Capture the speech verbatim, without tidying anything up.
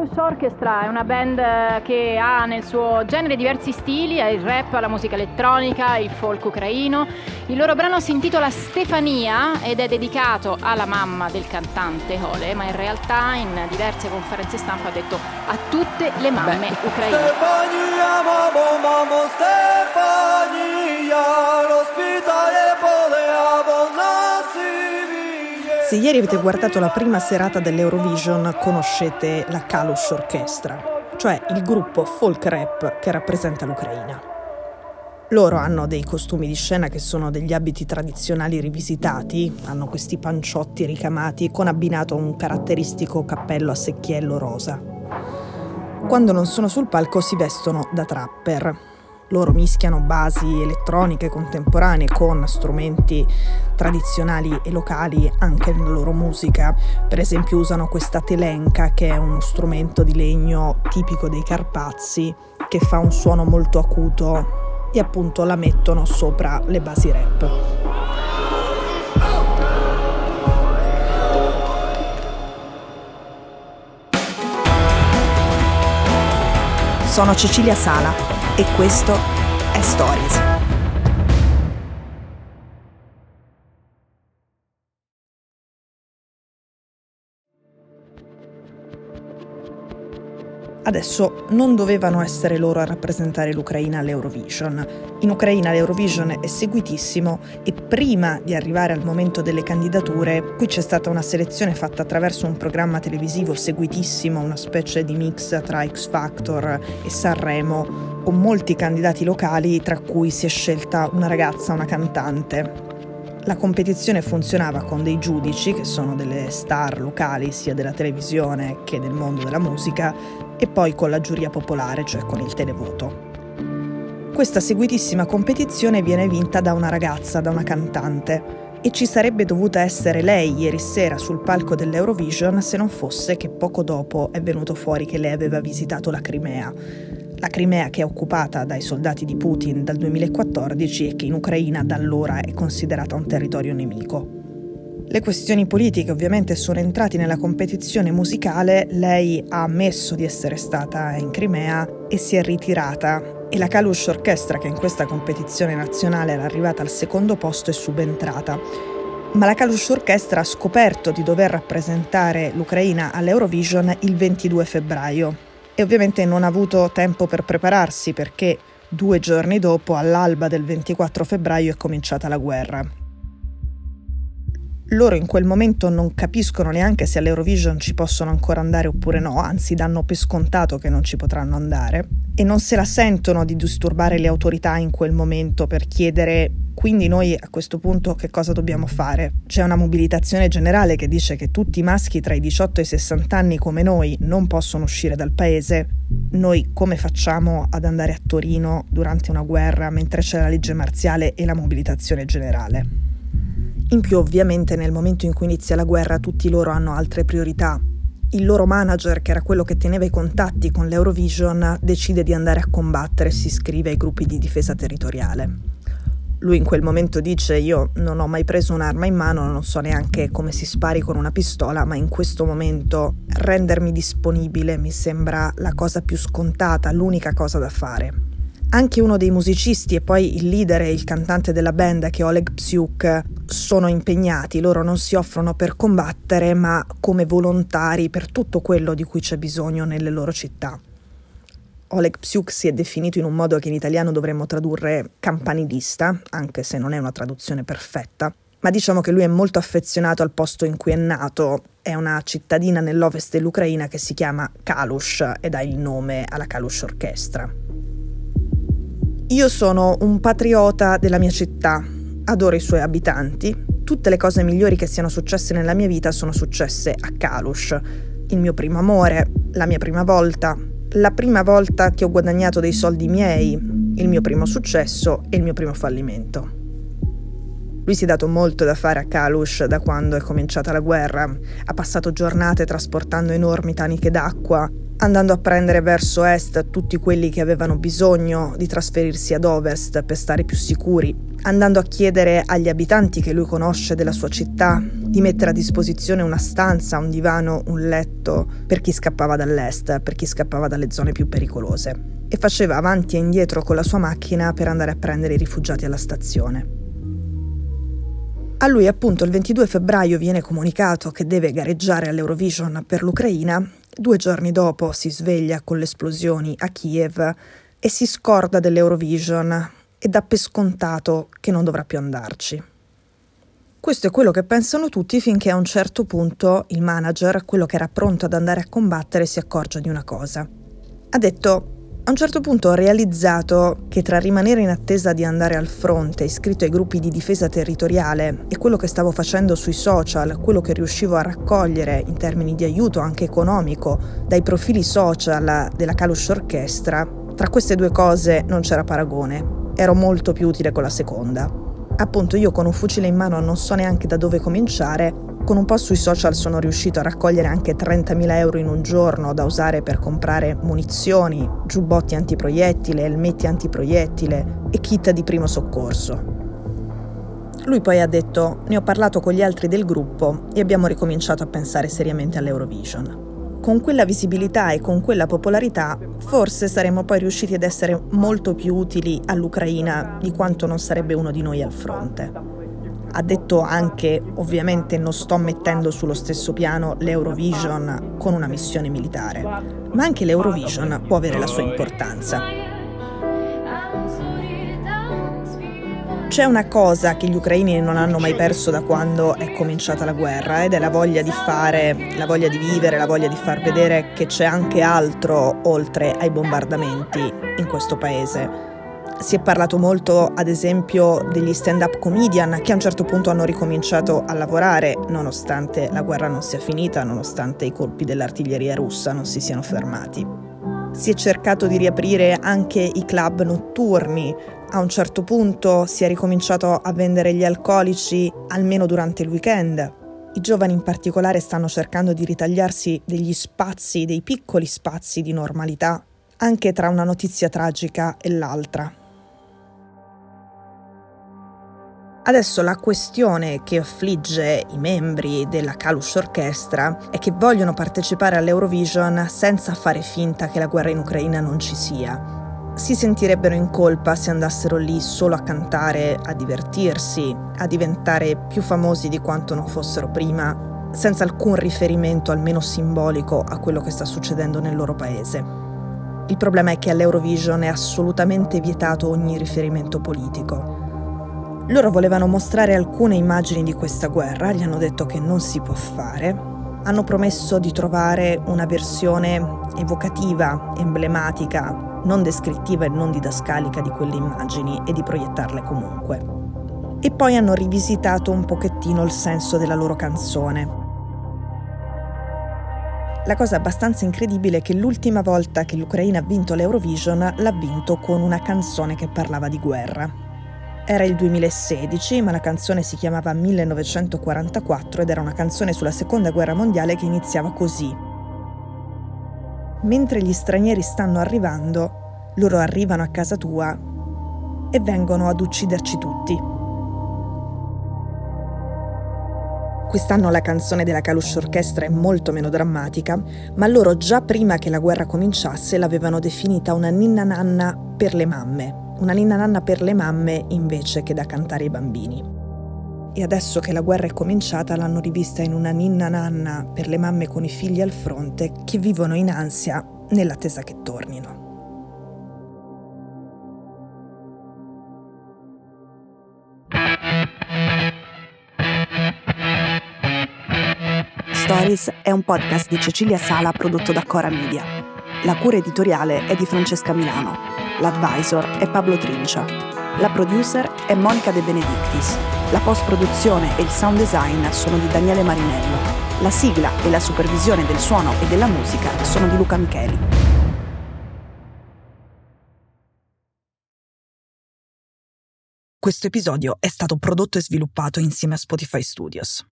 Kalush Orchestra è una band che ha nel suo genere diversi stili, il rap, la musica elettronica, il folk ucraino. Il loro brano si intitola Stefania ed è dedicato alla mamma del cantante Ole, ma in realtà in diverse conferenze stampa ha detto a tutte le mamme Beh. ucraine. Stefania, mamma, mamma, Stefania, l'ospitale voleva Se ieri avete guardato la prima serata dell'Eurovision, conoscete la Kalush Orchestra, cioè il gruppo folk rap che rappresenta l'Ucraina. Loro hanno dei costumi di scena che sono degli abiti tradizionali rivisitati, hanno questi panciotti ricamati con abbinato un caratteristico cappello a secchiello rosa. Quando non sono sul palco si vestono da trapper. Loro mischiano basi elettroniche contemporanee con strumenti tradizionali e locali anche nella loro musica. Per esempio usano questa telenka, che è uno strumento di legno tipico dei Carpazi, che fa un suono molto acuto e appunto la mettono sopra le basi rap. Sono Cecilia Sala e questo è Stories. Adesso non dovevano essere loro a rappresentare l'Ucraina all'Eurovision. In Ucraina l'Eurovision è seguitissimo e prima di arrivare al momento delle candidature, qui c'è stata una selezione fatta attraverso un programma televisivo seguitissimo, una specie di mix tra X Factor e Sanremo, con molti candidati locali, tra cui si è scelta una ragazza, una cantante. La competizione funzionava con dei giudici, che sono delle star locali sia della televisione che del mondo della musica, e poi con la giuria popolare, cioè con il televoto. Questa seguitissima competizione viene vinta da una ragazza, da una cantante, e ci sarebbe dovuta essere lei ieri sera sul palco dell'Eurovision se non fosse che poco dopo è venuto fuori che lei aveva visitato la Crimea. La Crimea che è occupata dai soldati di Putin dal duemilaquattordici e che in Ucraina da allora è considerata un territorio nemico. Le questioni politiche ovviamente sono entrate nella competizione musicale, lei ha ammesso di essere stata in Crimea e si è ritirata e la Kalush Orchestra, che in questa competizione nazionale era arrivata al secondo posto, è subentrata. Ma la Kalush Orchestra ha scoperto di dover rappresentare l'Ucraina all'Eurovision il ventidue febbraio e ovviamente non ha avuto tempo per prepararsi perché due giorni dopo, all'alba del ventiquattro febbraio, è cominciata la guerra. Loro in quel momento non capiscono neanche se all'Eurovision ci possono ancora andare oppure no, anzi danno per scontato che non ci potranno andare e non se la sentono di disturbare le autorità in quel momento per chiedere quindi noi a questo punto che cosa dobbiamo fare. C'è una mobilitazione generale che dice che tutti i maschi tra i diciotto e i sessanta anni come noi non possono uscire dal paese. Noi come facciamo ad andare a Torino durante una guerra mentre c'è la legge marziale e la mobilitazione generale? In più, ovviamente, nel momento in cui inizia la guerra tutti loro hanno altre priorità. Il loro manager, che era quello che teneva i contatti con l'Eurovision, decide di andare a combattere e si iscrive ai gruppi di difesa territoriale. Lui in quel momento dice: io non ho mai preso un'arma in mano, non so neanche come si spari con una pistola, ma in questo momento rendermi disponibile mi sembra la cosa più scontata, l'unica cosa da fare. Anche uno dei musicisti e poi il leader e il cantante della band, che è Oleg Psyuk, sono impegnati. Loro non si offrono per combattere, ma come volontari per tutto quello di cui c'è bisogno nelle loro città. Oleg Psyuk si è definito in un modo che in italiano dovremmo tradurre campanilista, anche se non è una traduzione perfetta, ma diciamo che lui è molto affezionato al posto in cui è nato. È una cittadina nell'ovest dell'Ucraina che si chiama Kalush e dà il nome alla Kalush Orchestra. Io sono un patriota della mia città, adoro i suoi abitanti. Tutte le cose migliori che siano successe nella mia vita sono successe a Kalush. Il mio primo amore, la mia prima volta, la prima volta che ho guadagnato dei soldi miei, il mio primo successo e il mio primo fallimento. Lui si è dato molto da fare a Kalush da quando è cominciata la guerra. Ha passato giornate trasportando enormi taniche d'acqua andando a prendere verso est tutti quelli che avevano bisogno di trasferirsi ad ovest per stare più sicuri, andando a chiedere agli abitanti che lui conosce della sua città di mettere a disposizione una stanza, un divano, un letto per chi scappava dall'est, per chi scappava dalle zone più pericolose, e faceva avanti e indietro con la sua macchina per andare a prendere i rifugiati alla stazione. A lui appunto il ventidue febbraio viene comunicato che deve gareggiare all'Eurovision per l'Ucraina. Due giorni dopo si sveglia con le esplosioni a Kiev e si scorda dell'Eurovision e dà per scontato che non dovrà più andarci. Questo è quello che pensano tutti finché a un certo punto il manager, quello che era pronto ad andare a combattere, si accorge di una cosa. Ha detto: a un certo punto ho realizzato che tra rimanere in attesa di andare al fronte, iscritto ai gruppi di difesa territoriale, e quello che stavo facendo sui social, quello che riuscivo a raccogliere in termini di aiuto anche economico dai profili social della Kalush Orchestra, tra queste due cose non c'era paragone. Ero molto più utile con la seconda. Appunto, io con un fucile in mano non so neanche da dove cominciare. Con un po' sui social sono riuscito a raccogliere anche trentamila euro in un giorno da usare per comprare munizioni, giubbotti antiproiettile, elmetti antiproiettile e kit di primo soccorso. Lui poi ha detto: ne ho parlato con gli altri del gruppo e abbiamo ricominciato a pensare seriamente all'Eurovision. Con quella visibilità e con quella popolarità forse saremmo poi riusciti ad essere molto più utili all'Ucraina di quanto non sarebbe uno di noi al fronte. Ha detto anche: ovviamente non sto mettendo sullo stesso piano l'Eurovision con una missione militare, ma anche l'Eurovision può avere la sua importanza. C'è una cosa che gli ucraini non hanno mai perso da quando è cominciata la guerra, ed è la voglia di fare, la voglia di vivere, la voglia di far vedere che c'è anche altro oltre ai bombardamenti in questo paese. Si è parlato molto, ad esempio, degli stand-up comedian che a un certo punto hanno ricominciato a lavorare, nonostante la guerra non sia finita, nonostante i colpi dell'artiglieria russa non si siano fermati. Si è cercato di riaprire anche i club notturni. A un certo punto si è ricominciato a vendere gli alcolici almeno durante il weekend. I giovani in particolare stanno cercando di ritagliarsi degli spazi, dei piccoli spazi di normalità, anche tra una notizia tragica e l'altra. Adesso la questione che affligge i membri della Kalush Orchestra è che vogliono partecipare all'Eurovision senza fare finta che la guerra in Ucraina non ci sia. Si sentirebbero in colpa se andassero lì solo a cantare, a divertirsi, a diventare più famosi di quanto non fossero prima, senza alcun riferimento almeno simbolico a quello che sta succedendo nel loro paese. Il problema è che all'Eurovision è assolutamente vietato ogni riferimento politico. Loro volevano mostrare alcune immagini di questa guerra, gli hanno detto che non si può fare, hanno promesso di trovare una versione evocativa, emblematica, non descrittiva e non didascalica di quelle immagini e di proiettarle comunque. E poi hanno rivisitato un pochettino il senso della loro canzone. La cosa abbastanza incredibile è che l'ultima volta che l'Ucraina ha vinto l'Eurovision l'ha vinto con una canzone che parlava di guerra. Era il duemilasedici, ma la canzone si chiamava millenovecentoquarantaquattro ed era una canzone sulla seconda guerra mondiale che iniziava così: mentre gli stranieri stanno arrivando, loro arrivano a casa tua e vengono ad ucciderci tutti. Quest'anno la canzone della Kalush Orchestra è molto meno drammatica, ma loro già prima che la guerra cominciasse l'avevano definita una ninna nanna per le mamme. Una ninna nanna per le mamme invece che da cantare ai bambini. E adesso che la guerra è cominciata l'hanno rivista in una ninna nanna per le mamme con i figli al fronte che vivono in ansia nell'attesa che tornino. Stories è un podcast di Cecilia Sala prodotto da Cora Media. La cura editoriale è di Francesca Milano. L'advisor è Pablo Trincia. La producer è Monica De Benedictis. La post-produzione e il sound design sono di Daniele Marinello. La sigla e la supervisione del suono e della musica sono di Luca Micheli. Questo episodio è stato prodotto e sviluppato insieme a Spotify Studios.